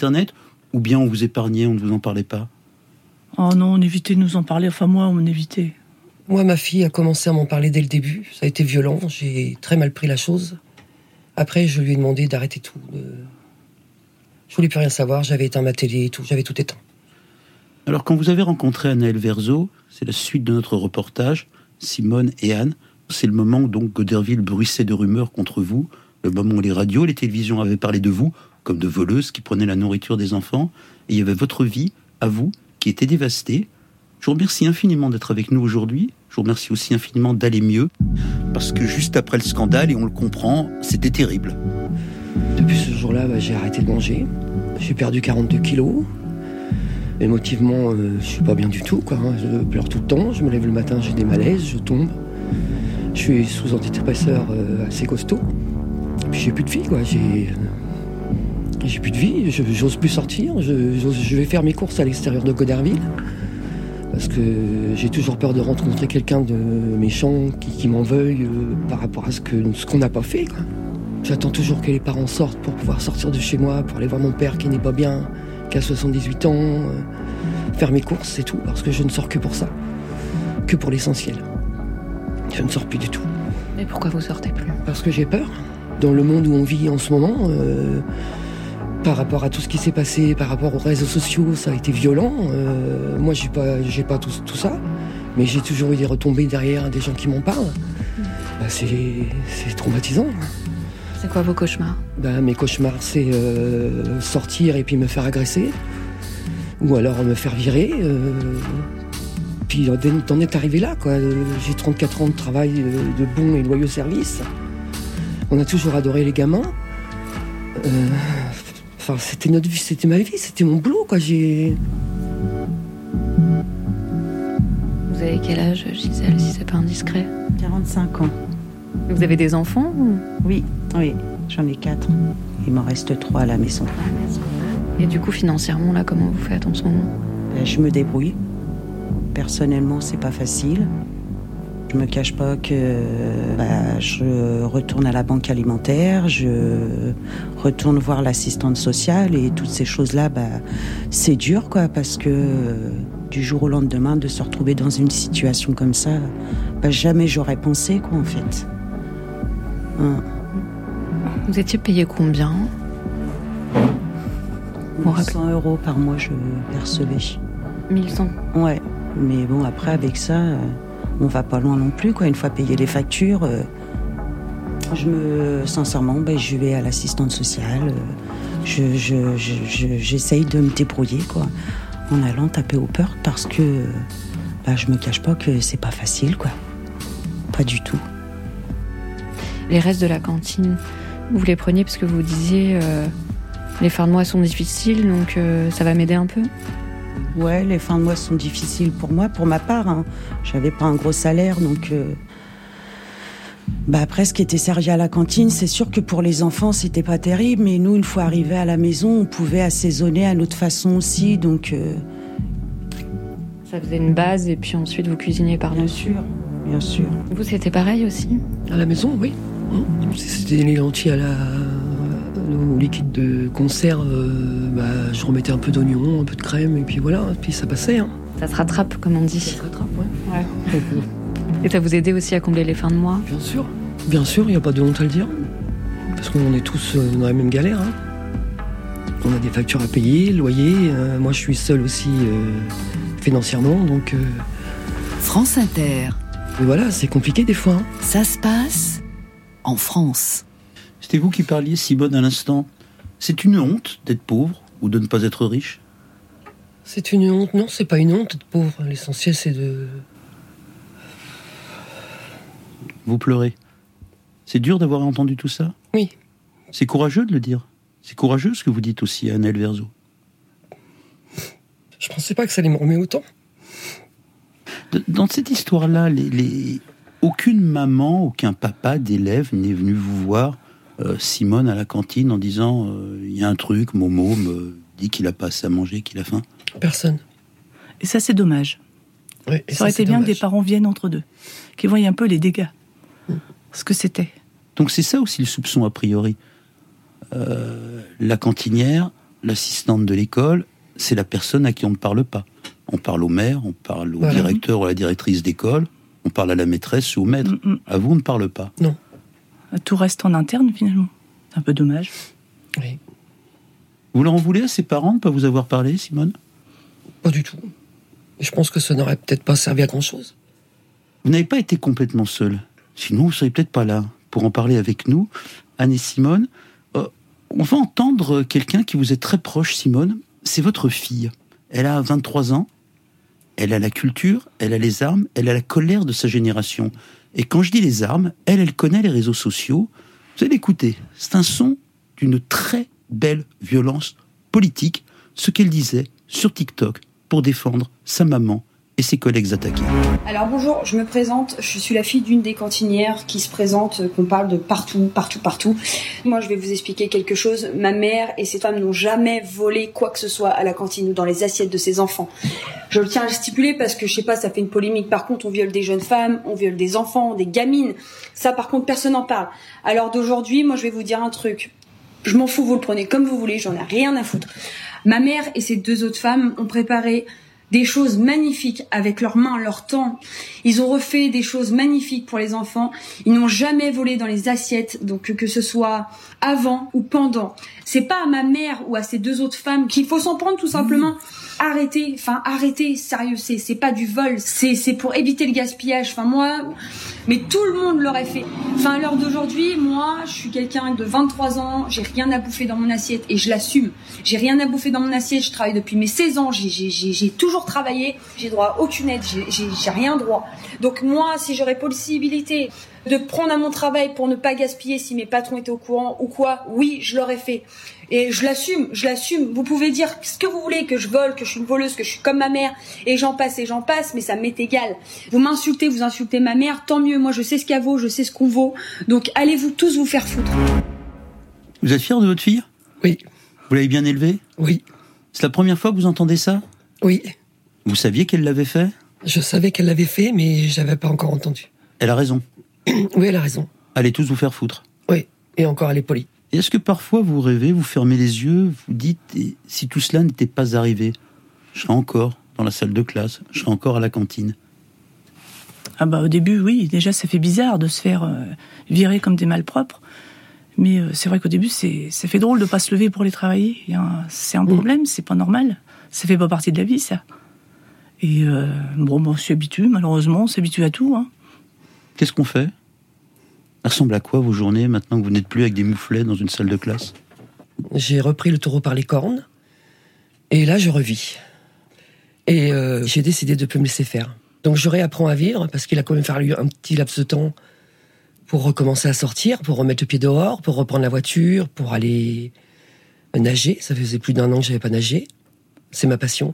Ou bien on vous épargnait, on ne vous en parlait pas? Oh non, on évitait de nous en parler. Enfin, moi, on évitait. Moi, ma fille a commencé à m'en parler dès le début. Ça a été violent. J'ai très mal pris la chose. Après, je lui ai demandé d'arrêter tout. Je voulais plus rien savoir. J'avais éteint ma télé et tout. J'avais tout éteint. Alors, quand vous avez rencontré Anaëlle Verzo, c'est la suite de notre reportage, Simone et Anne. C'est le moment où donc Goderville bruissait de rumeurs contre vous, le moment où les radios, les télévisions avaient parlé de vous, comme de voleuses qui prenaient la nourriture des enfants. Et il y avait votre vie, à vous, qui était dévastée. Je vous remercie infiniment d'être avec nous aujourd'hui. Je vous remercie aussi infiniment d'aller mieux, parce que juste après le scandale, et on le comprend, c'était terrible. Depuis ce jour-là, j'ai arrêté de manger. J'ai perdu 42 kilos. Émotivement, je suis pas bien du tout, quoi. Je pleure tout le temps. Je me lève le matin, j'ai des malaises, je tombe. Je suis sous antidépresseur assez costaud. Puis j'ai plus de vie, quoi. J'ai plus de vie. J'ose plus sortir. Je vais faire mes courses à l'extérieur de Goderville. Parce que j'ai toujours peur de rencontrer quelqu'un de méchant qui m'en veuille par rapport à ce qu'on n'a pas fait, quoi. J'attends toujours que les parents sortent pour pouvoir sortir de chez moi, pour aller voir mon père qui n'est pas bien, qui a 78 ans, faire mes courses, c'est tout, parce que je ne sors que pour ça, que pour l'essentiel. Je ne sors plus du tout. Mais pourquoi vous sortez plus? Parce que j'ai peur. Dans le monde où on vit en ce moment, par rapport à tout ce qui s'est passé, par rapport aux réseaux sociaux, ça a été violent. Moi, j'ai pas tout ça, mais j'ai toujours eu des retombées derrière, des gens qui m'en parlent. C'est traumatisant. C'est quoi vos cauchemars? Mes cauchemars, c'est sortir et puis me faire agresser, ou alors me faire virer. Puis d'en être arrivé là, quoi. J'ai 34 ans de travail de bons et loyaux services. On a toujours adoré les gamins. Enfin, c'était notre vie, c'était ma vie, c'était mon boulot, quoi. Vous avez quel âge, Gisèle, si c'est pas indiscret? 45 ans. Vous avez des enfants ou... Oui, j'en ai 4. Il m'en reste 3 à la maison. Et du coup, financièrement, là, comment vous faites en ce moment? Je me débrouille. Personnellement, c'est pas facile. Je me cache pas que je retourne à la banque alimentaire, je retourne voir l'assistante sociale et toutes ces choses-là, c'est dur, quoi, parce que du jour au lendemain, de se retrouver dans une situation comme ça, jamais j'aurais pensé, quoi, en fait. Vous étiez payé combien? 100 € par mois, je percevais. 1100? Ouais, mais bon, après, avec ça... on va pas loin non plus, quoi. Une fois payé les factures, sincèrement, je vais à l'assistante sociale. J'essaye de me débrouiller, quoi, en allant taper aux portes parce que je me cache pas que c'est pas facile, quoi. Pas du tout. Les restes de la cantine, vous les preniez parce que vous disiez les fins de mois sont difficiles, donc ça va m'aider un peu? Ouais, les fins de mois sont difficiles pour moi, pour ma part. Hein. J'avais pas un gros salaire, donc... après, ce qui était servi à la cantine, c'est sûr que pour les enfants, c'était pas terrible. Mais nous, une fois arrivés à la maison, on pouvait assaisonner à notre façon aussi, donc... Ça faisait une base, et puis ensuite, vous cuisiniez par-dessus. Bien sûr. Vous, c'était pareil aussi? À la maison, oui. C'était les lentilles au liquide de conserve, je remettais un peu d'oignon, un peu de crème, et puis voilà, puis ça passait. Hein. Ça se rattrape, comme on dit. Ça se rattrape, ouais. Et ça vous aidait aussi à combler les fins de mois? Bien sûr, il n'y a pas de honte à le dire. Parce qu'on est tous dans la même galère. Hein. On a des factures à payer, loyer. Moi, je suis seul aussi financièrement, donc... France Inter. Et voilà, c'est compliqué des fois. Hein. Ça se passe en France. C'était vous qui parliez, Simone, à l'instant. C'est une honte d'être pauvre ou de ne pas être riche? C'est une honte. Non, c'est pas une honte d'être pauvre. L'essentiel, c'est de... Vous pleurez. C'est dur d'avoir entendu tout ça? Oui. C'est courageux de le dire. C'est courageux ce que vous dites aussi à Anaëlle Verzo. Je pensais pas que ça allait me remettre autant. Dans cette histoire-là, aucune maman, aucun papa d'élève n'est venu vous voir, Simone, à la cantine en disant il y a un truc, Momo me dit qu'il a pas assez à manger, qu'il a faim? Personne. Et ça, c'est dommage. Oui, ça aurait été bien que des parents viennent entre deux, qu'ils voient un peu les dégâts, ce que c'était. Donc c'est ça aussi le soupçon a priori. La cantinière l'assistante de l'école, c'est la personne à qui on ne parle pas. On parle au maire, on parle au directeur ou à la directrice d'école, on parle à la maîtresse ou au maître. À vous, on ne parle pas. Non. Tout reste en interne, finalement. C'est un peu dommage. Oui. Vous leur en voulez à ses parents de ne pas vous avoir parlé, Simone ? Pas du tout. Je pense que ça n'aurait peut-être pas servi à grand-chose. Vous n'avez pas été complètement seule. Sinon, vous ne seriez peut-être pas là pour en parler avec nous. Anne et Simone, on va entendre quelqu'un qui vous est très proche, Simone. C'est votre fille. Elle a 23 ans. Elle a la culture, elle a les armes, elle a la colère de sa génération. Et quand je dis les armes, elle connaît les réseaux sociaux. Vous allez l'écouter. C'est un son d'une très belle violence politique, ce qu'elle disait sur TikTok pour défendre sa maman et ses collègues attaqués. Alors bonjour, je me présente, je suis la fille d'une des cantinières qui se présente, qu'on parle de partout. Moi je vais vous expliquer quelque chose, ma mère et ses femmes n'ont jamais volé quoi que ce soit à la cantine ou dans les assiettes de ses enfants. Je le tiens à le stipuler parce que je sais pas, ça fait une polémique. Par contre, on viole des jeunes femmes, on viole des enfants, des gamines. Ça par contre, personne n'en parle. Alors d'aujourd'hui, moi je vais vous dire un truc. Je m'en fous, vous le prenez comme vous voulez, j'en ai rien à foutre. Ma mère et ses deux autres femmes ont préparé des choses magnifiques avec leurs mains, leur temps. Ils ont refait des choses magnifiques pour les enfants. Ils n'ont jamais volé dans les assiettes, donc que ce soit avant ou pendant. C'est pas à ma mère ou à ces deux autres femmes qu'il faut s'en prendre, tout simplement. Arrêtez, sérieux, c'est pas du vol, c'est pour éviter le gaspillage. Mais tout le monde l'aurait fait. À l'heure d'aujourd'hui, moi, je suis quelqu'un de 23 ans, j'ai rien à bouffer dans mon assiette et je l'assume. J'ai rien à bouffer dans mon assiette, je travaille depuis mes 16 ans, j'ai toujours travaillé, j'ai droit à aucune aide, j'ai rien droit. Donc moi, si j'aurais possibilité de prendre à mon travail pour ne pas gaspiller si mes patrons étaient au courant ou quoi, oui, je l'aurais fait. Et je l'assume. Vous pouvez dire ce que vous voulez, que je vole, que je suis une voleuse, que je suis comme ma mère, et j'en passe, mais ça m'est égal. Vous m'insultez, vous insultez ma mère, tant mieux. Moi, je sais ce qu'elle vaut, je sais ce qu'on vaut. Donc, allez-vous tous vous faire foutre. Vous êtes fier de votre fille ? Oui. Vous l'avez bien élevée ? Oui. C'est la première fois que vous entendez ça ? Oui. Vous saviez qu'elle l'avait fait ? Je savais qu'elle l'avait fait, mais je l'avais pas encore entendu. Elle a raison. Oui, elle a raison. Allez tous vous faire foutre. Oui, et encore elle est polie. Et est-ce que parfois vous rêvez, vous fermez les yeux, vous dites, si tout cela n'était pas arrivé, je serais encore dans la salle de classe, je serais encore à la cantine ? Au début, oui. Déjà, ça fait bizarre de se faire virer comme des malpropres. Mais c'est vrai qu'au début, ça fait drôle de pas se lever pour aller travailler. C'est un problème, c'est pas normal. Ça fait pas partie de la vie, ça. Et on s'y habitue, malheureusement, on s'habitue à tout. Qu'est-ce qu'on fait ? Ça ressemble à quoi vos journées, maintenant que vous n'êtes plus avec des mouflets dans une salle de classe ? J'ai repris le taureau par les cornes, et là je revis. Et j'ai décidé de ne plus me laisser faire. Donc je réapprends à vivre, parce qu'il a quand même fallu un petit laps de temps pour recommencer à sortir, pour remettre le pied dehors, pour reprendre la voiture, pour aller nager. Ça faisait plus d'1 an que j'avais pas nagé. C'est ma passion.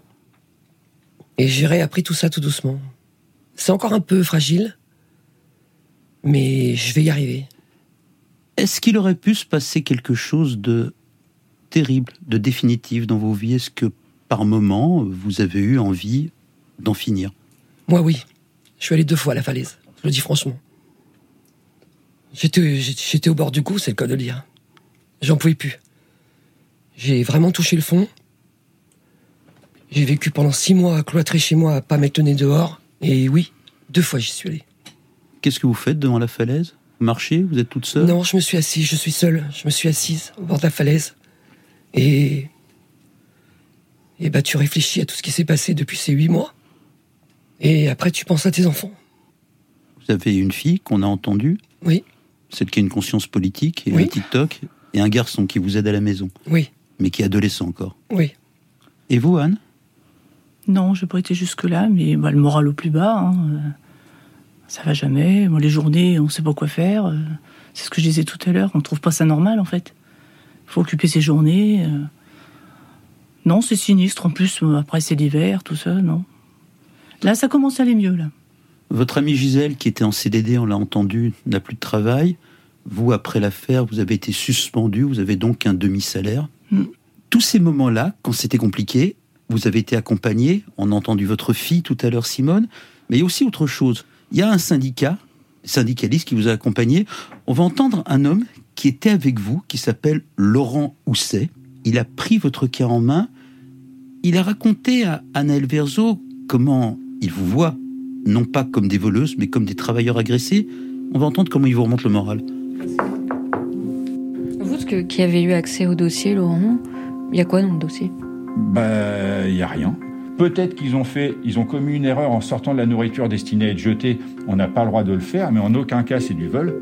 Et j'ai réappris tout ça tout doucement. C'est encore un peu fragile, mais je vais y arriver. Est-ce qu'il aurait pu se passer quelque chose de terrible, de définitif dans vos vies ? Est-ce que, par moment, vous avez eu envie d'en finir ? Moi, oui. Je suis allé 2 fois à la falaise. Je le dis franchement. J'étais au bord du gouffre, c'est le cas de le dire. J'en pouvais plus. J'ai vraiment touché le fond. J'ai vécu pendant 6 mois cloîtré chez moi, à pas mettre le nez dehors. Et oui, 2 fois j'y suis allé. Qu'est-ce que vous faites devant la falaise ? Vous marchez ? Vous êtes toute seule ? Non, je me suis assise, je suis seule. Je me suis assise au bord de la falaise. Et tu réfléchis à tout ce qui s'est passé depuis ces 8 mois. Et après, tu penses à tes enfants. Vous avez une fille qu'on a entendue ? Oui. Celle qui a une conscience politique et oui. un TikTok, et un garçon qui vous aide à la maison. Oui. Mais qui est adolescent encore. Oui. Et vous, Anne ? Non, je n'ai pas été jusque-là, mais le moral au plus bas. Ça va jamais. Les journées, on ne sait pas quoi faire. C'est ce que je disais tout à l'heure. On ne trouve pas ça normal, en fait. Il faut occuper ses journées. Non, c'est sinistre. En plus, après, c'est l'hiver, tout ça, non. Là, ça commence à aller mieux, là. Votre amie Gisèle, qui était en CDD, on l'a entendu, n'a plus de travail. Vous, après l'affaire, vous avez été suspendu. Vous avez donc un demi-salaire. Tous ces moments-là, quand c'était compliqué, vous avez été accompagné. On a entendu votre fille tout à l'heure, Simone. Mais il y a aussi autre chose. Il y a un syndicaliste qui vous a accompagné. On va entendre un homme qui était avec vous, qui s'appelle Laurent Housset. il a pris votre cas en main. Il a raconté à Anaëlle Verzeau comment il vous voit, non pas comme des voleuses, mais comme des travailleurs agressés. On va entendre comment il vous remonte le moral. Vous qui avez eu accès au dossier, Laurent, il y a quoi dans le dossier ? Il n'y a rien. Peut-être qu'ils ont commis une erreur en sortant de la nourriture destinée à être jetée. On n'a pas le droit de le faire, mais en aucun cas c'est du vol.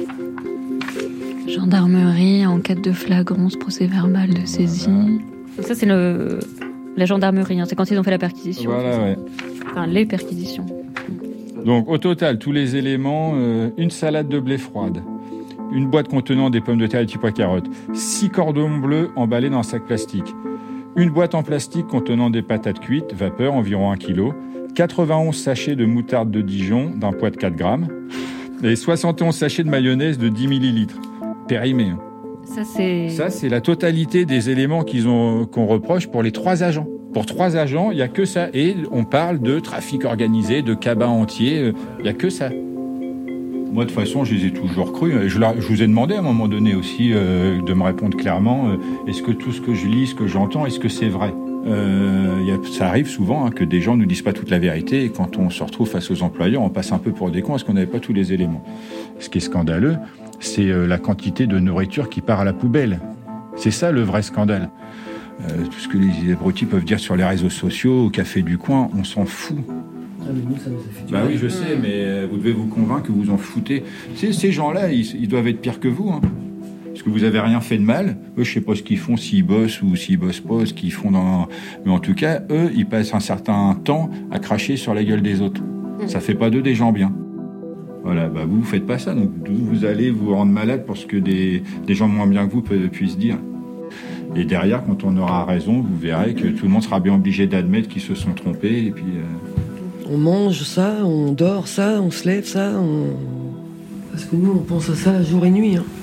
Gendarmerie, enquête de flagrance, procès verbal de saisie. Donc ça c'est la gendarmerie, c'est quand ils ont fait la perquisition. Voilà, ouais. Enfin, les perquisitions. Donc au total, tous les éléments, une salade de blé froide, une boîte contenant des pommes de terre et des petits pois carottes, 6 cordons bleus emballés dans un sac plastique, une boîte en plastique contenant des patates cuites, vapeur, environ 1 kg, 91 sachets de moutarde de Dijon d'un poids de 4 grammes, et 71 sachets de mayonnaise de 10 millilitres, périmés. Ça, c'est la totalité des éléments qu'on reproche pour les 3 agents. Pour 3 agents, il n'y a que ça. Et on parle de trafic organisé, de cabas entiers, il n'y a que ça. Moi, de toute façon, je les ai toujours crus. Je vous ai demandé à un moment donné aussi de me répondre clairement, est-ce que tout ce que je lis, ce que j'entends, est-ce que c'est vrai ? Ça arrive souvent que des gens ne nous disent pas toute la vérité, et quand on se retrouve face aux employeurs, on passe un peu pour des cons parce qu'on n'avait pas tous les éléments. Ce qui est scandaleux, c'est la quantité de nourriture qui part à la poubelle. C'est ça le vrai scandale. Tout ce que les abrutis peuvent dire sur les réseaux sociaux, au café du coin, on s'en fout. Ah, mais nous, ça nous a fait du mal. Oui, je sais, mais vous devez vous convaincre que vous en foutez. Ces gens-là, ils doivent être pires que vous, hein. Parce que vous avez rien fait de mal. Eux, je sais pas ce qu'ils font, s'ils bossent ou s'ils bossent pas, ce qu'ils font dans... Mais en tout cas, eux, ils passent un certain temps à cracher sur la gueule des autres. Ça fait pas d'eux des gens bien. Voilà, vous faites pas ça, donc vous allez vous rendre malade pour ce que des gens moins bien que vous puissent dire. Et derrière, quand on aura raison, vous verrez que tout le monde sera bien obligé d'admettre qu'ils se sont trompés. Et puis, On mange ça, on dort ça, on se lève ça. Parce que nous, on pense à ça jour et nuit. Hein.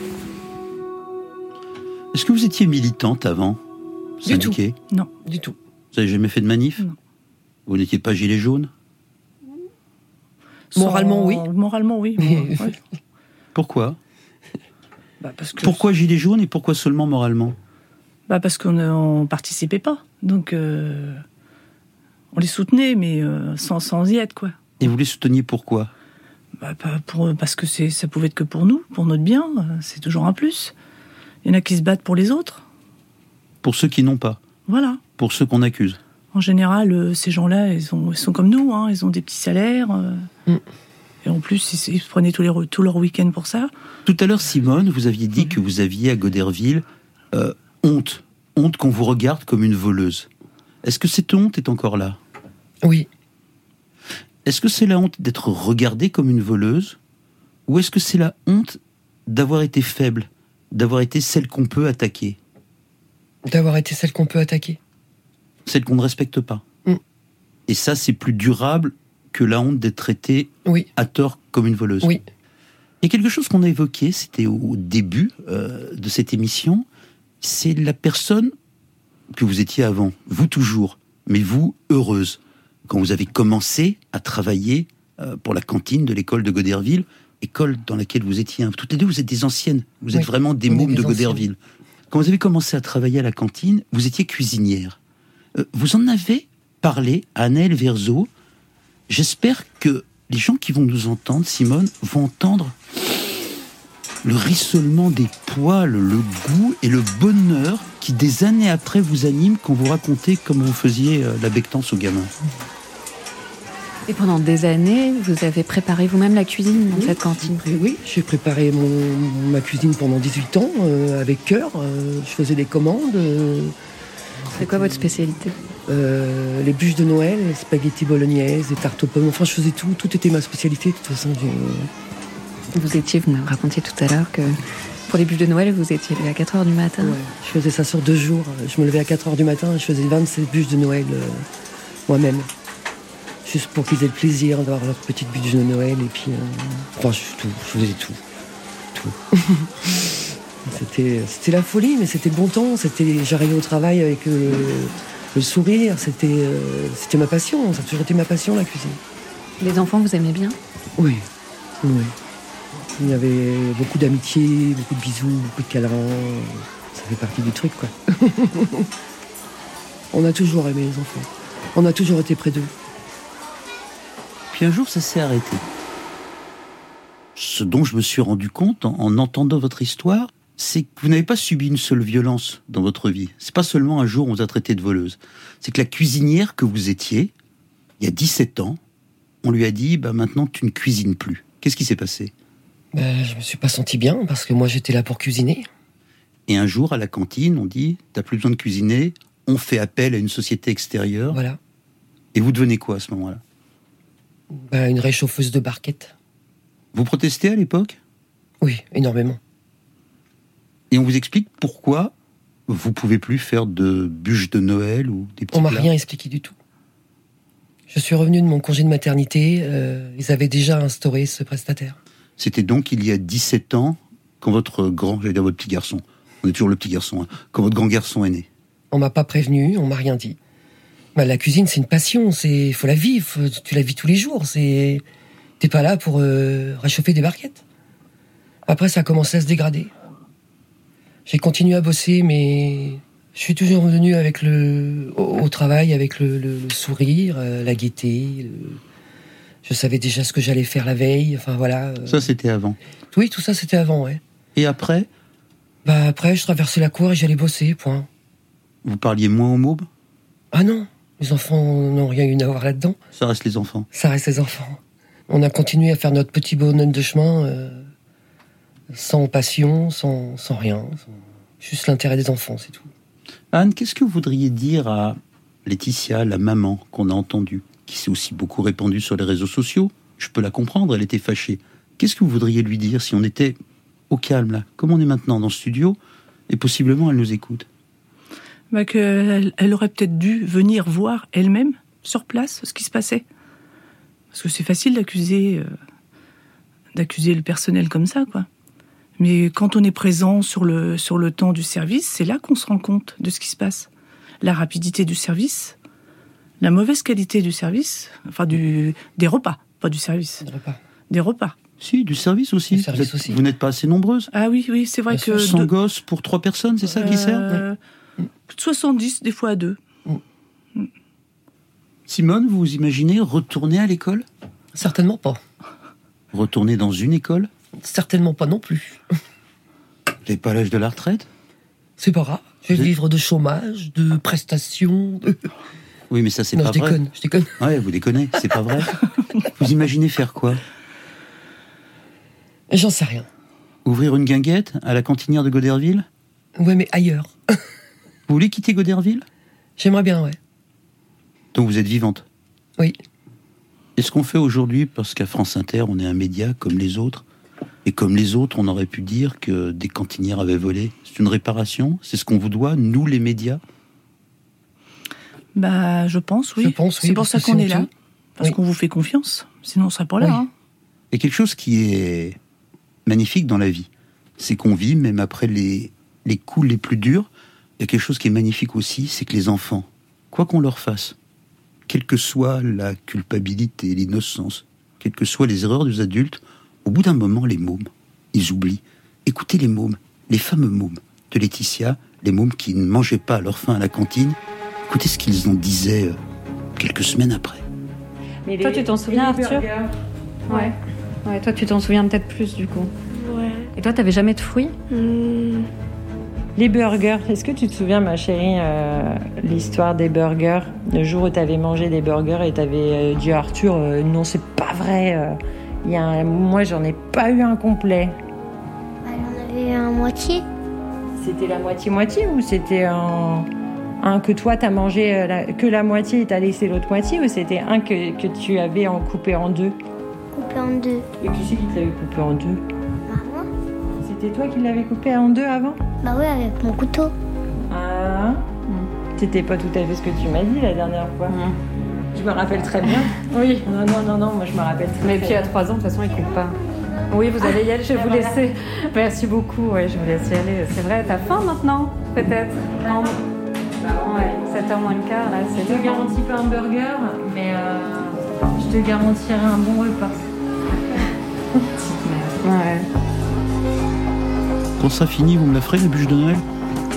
Est-ce que vous étiez militante avant ? Du tout. Non, du tout. Vous n'avez jamais fait de manif ? Non. Vous n'étiez pas gilet jaune ? Moralement, oui. Moralement, oui. Ouais. Pourquoi ? Parce que... Pourquoi gilet jaune et pourquoi seulement moralement ? Parce qu'on ne participait pas. Donc, on les soutenait, mais sans y être, quoi. Et vous les souteniez pourquoi ? Parce que ça pouvait être que pour nous, pour notre bien. C'est toujours un plus. Il y en a qui se battent pour les autres. Pour ceux qui n'ont pas. Voilà. Pour ceux qu'on accuse. En général, ces gens-là, ils sont comme nous. Hein, ils ont des petits salaires. Et en plus, ils se prenaient tous leurs week-ends pour ça. Tout à l'heure, Simone, vous aviez dit que vous aviez à Goderville honte. Honte qu'on vous regarde comme une voleuse. Est-ce que cette honte est encore là ? Oui. Est-ce que c'est la honte d'être regardée comme une voleuse ? Ou est-ce que c'est la honte d'avoir été faible ? D'avoir été celle qu'on peut attaquer ? D'avoir été celle qu'on peut attaquer. Celle qu'on ne respecte pas. Et ça, c'est plus durable que la honte d'être traitée à tort comme une voleuse. Oui. Il y a quelque chose qu'on a évoqué, c'était au début de cette émission, c'est la personne que vous étiez avant, vous toujours, mais vous, heureuse. Quand vous avez commencé à travailler pour la cantine de l'école de Goderville, école dans laquelle vous étiez, toutes les deux, vous êtes des anciennes, vous êtes vraiment des mômes de Goderville. Quand vous avez commencé à travailler à la cantine, vous étiez cuisinière. Vous en avez parlé à Anaëlle Verzeau. J'espère que les gens qui vont nous entendre, Simone, vont entendre le rissolement des poils, le goût et le bonheur qui, des années après, vous anime quand vous racontez comment vous faisiez la becquetances aux gamins. Et pendant des années, vous avez préparé vous-même la cuisine dans cette cantine ? Oui, j'ai préparé ma cuisine pendant 18 ans, avec cœur. Je faisais des commandes. C'est quoi votre spécialité ? Les bûches de Noël, les spaghettis bolognaises, les tartes aux pommes. Enfin, je faisais tout. Tout était ma spécialité, de toute façon. Vous me racontiez tout à l'heure que pour les bûches de Noël, vous étiez levé à 4h du matin. Ouais, je faisais ça sur 2 jours. Je me levais à 4h du matin et je faisais 27 bûches de Noël moi-même. Juste pour qu'ils aient le plaisir d'avoir leur petite bûche de Noël. Et puis, je faisais tout. C'était la folie, mais c'était le bon temps. J'arrivais au travail avec le sourire. C'était ma passion. Ça a toujours été ma passion, la cuisine. Les enfants, vous aimez bien ? Oui. Il y avait beaucoup d'amitié, beaucoup de bisous, beaucoup de câlins. Ça fait partie du truc, quoi. On a toujours aimé les enfants. On a toujours été près d'eux. Puis un jour, ça s'est arrêté. Ce dont je me suis rendu compte en entendant votre histoire, c'est que vous n'avez pas subi une seule violence dans votre vie. C'est pas seulement un jour on vous a traité de voleuse. C'est que la cuisinière que vous étiez, il y a 17 ans, on lui a dit maintenant tu ne cuisines plus. Qu'est-ce qui s'est passé ? Je me suis pas senti bien parce que moi j'étais là pour cuisiner. Et un jour à la cantine, on dit t'as plus besoin de cuisiner, on fait appel à une société extérieure. Voilà. Et vous devenez quoi à ce moment-là ? Une réchauffeuse de barquettes. Vous protestez à l'époque ? Oui, énormément. Et on vous explique pourquoi vous pouvez plus faire de bûches de Noël ou des petits plats ? On m'a rien expliqué du tout. Je suis revenue de mon congé de maternité, ils avaient déjà instauré ce prestataire. C'était donc il y a 17 ans, quand votre petit garçon, on est toujours le petit garçon, quand votre grand garçon est né. On m'a pas prévenu, on m'a rien dit. La cuisine, c'est une passion, faut la vivre, tu la vis tous les jours, t'es pas là pour réchauffer des barquettes. Après, ça a commencé à se dégrader. J'ai continué à bosser, mais je suis toujours revenu au travail avec le sourire, la gaieté. Je savais déjà ce que j'allais faire la veille, enfin voilà. Ça, c'était avant ? Oui, tout ça, c'était avant, ouais. Et après ? Après, je traversais la cour et j'allais bosser, point. Vous parliez moins aux mômes ? Ah non, les enfants n'ont rien eu à voir là-dedans. Ça reste les enfants ? Ça reste les enfants. On a continué à faire notre petit bonhomme de chemin, sans passion, sans rien. Juste l'intérêt des enfants, c'est tout. Anne, qu'est-ce que vous voudriez dire à Laetitia, la maman qu'on a entendue, qui s'est aussi beaucoup répandue sur les réseaux sociaux ? Je peux la comprendre, elle était fâchée. Qu'est-ce que vous voudriez lui dire si on était au calme, là, comme on est maintenant dans le studio, et possiblement elle nous écoute ? Qu'elle aurait peut-être dû venir voir elle-même, sur place, ce qui se passait. Parce que c'est facile d'accuser le personnel comme ça, quoi. Mais quand on est présent sur le temps du service, c'est là qu'on se rend compte de ce qui se passe. La rapidité du service, la mauvaise qualité du service, enfin des repas, pas du service. Des repas. Si, du service aussi. Vous n'êtes pas assez nombreuses. Ah oui, c'est vrai que... 100 gosses pour 3 personnes, c'est ça qui sert ? 70, des fois à 2. Simone, vous vous imaginez retourner à l'école ? Certainement pas. Retourner dans une école ? Certainement pas non plus. Vous n'avez pas l'âge de la retraite ? C'est pas grave. Je vais vivre de chômage, de prestations. Oui, mais ça, c'est pas vrai. Je déconne. Ouais, vous déconnez, c'est pas vrai. Vous imaginez faire quoi ? J'en sais rien. Ouvrir une guinguette à la cantinière de Goderville ? Ouais, mais ailleurs. Vous voulez quitter Goderville ? J'aimerais bien, ouais. Donc vous êtes vivante ? Oui. Et ce qu'on fait aujourd'hui, parce qu'à France Inter, on est un média comme les autres, et comme les autres, on aurait pu dire que des cantinières avaient volé. C'est une réparation ? C'est ce qu'on vous doit, nous les médias ? Je pense, oui. C'est pour ça qu'on est là. Parce qu'on vous fait confiance. Sinon, on serait pas là. Oui. Il y a quelque chose qui est magnifique dans la vie. C'est qu'on vit, même après les coups les plus durs, il y a quelque chose qui est magnifique aussi, c'est que les enfants, quoi qu'on leur fasse, quelle que soit la culpabilité, l'innocence, quelles que soient les erreurs des adultes, au bout d'un moment, les mômes, ils oublient. Écoutez les mômes, les fameux mômes de Laetitia, les mômes qui ne mangeaient pas à leur faim à la cantine. Écoutez ce qu'ils en disaient quelques semaines après. Mais toi, tu t'en souviens, Arthur ? Ouais. Toi, tu t'en souviens peut-être plus, du coup. Ouais. Et toi, t'avais jamais de fruits ? Les burgers, est-ce que tu te souviens, ma chérie, l'histoire des burgers ? Le jour où t'avais mangé des burgers et t'avais dit à Arthur, non, c'est pas vrai, moi, j'en ai pas eu un complet. J'en avais un moitié. C'était la moitié-moitié ou c'était un que toi t'as mangé que la moitié et t'as laissé l'autre moitié, ou c'était un que tu avais coupé en deux ? Coupé en deux. Et qui c'est qui te l'avait coupé en deux ? Moi. C'était toi qui l'avais coupé en deux avant ? Bah oui, avec mon couteau. Ah. C'était pas tout à fait ce que tu m'as dit la dernière fois. Je me rappelle très bien. Oui. Non, moi je me rappelle très bien. Mais puis à 3 ans, de toute façon, il coupe pas. Oui, vous allez y aller, je vais vous laisser. Merci beaucoup, je vous laisse y aller. C'est vrai, t'as faim maintenant, peut-être ? Non. Ouais, 7h moins le quart, là, c'est... Je te garantis pas un burger, mais je te garantirai un bon repas. Ouais. Quand ça finit, vous me la ferez, la bûche de Noël ?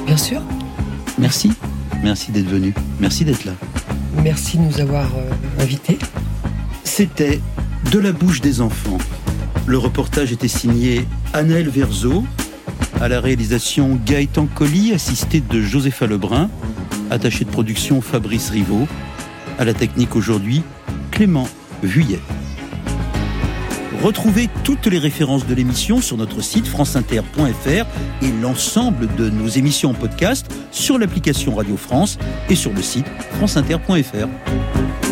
Bien sûr. Merci. Merci d'être venu. Merci d'être là. Merci de nous avoir invités. C'était De la bouche des enfants. Le reportage était signé Anaël Verzeau. À la réalisation, Gaëtan Colli, assisté de Josépha Lebrun. Attaché de production, Fabrice Rivaud. À la technique aujourd'hui, Clément Vuillet. Retrouvez toutes les références de l'émission sur notre site franceinter.fr et l'ensemble de nos émissions en podcast sur l'application Radio France et sur le site franceinter.fr.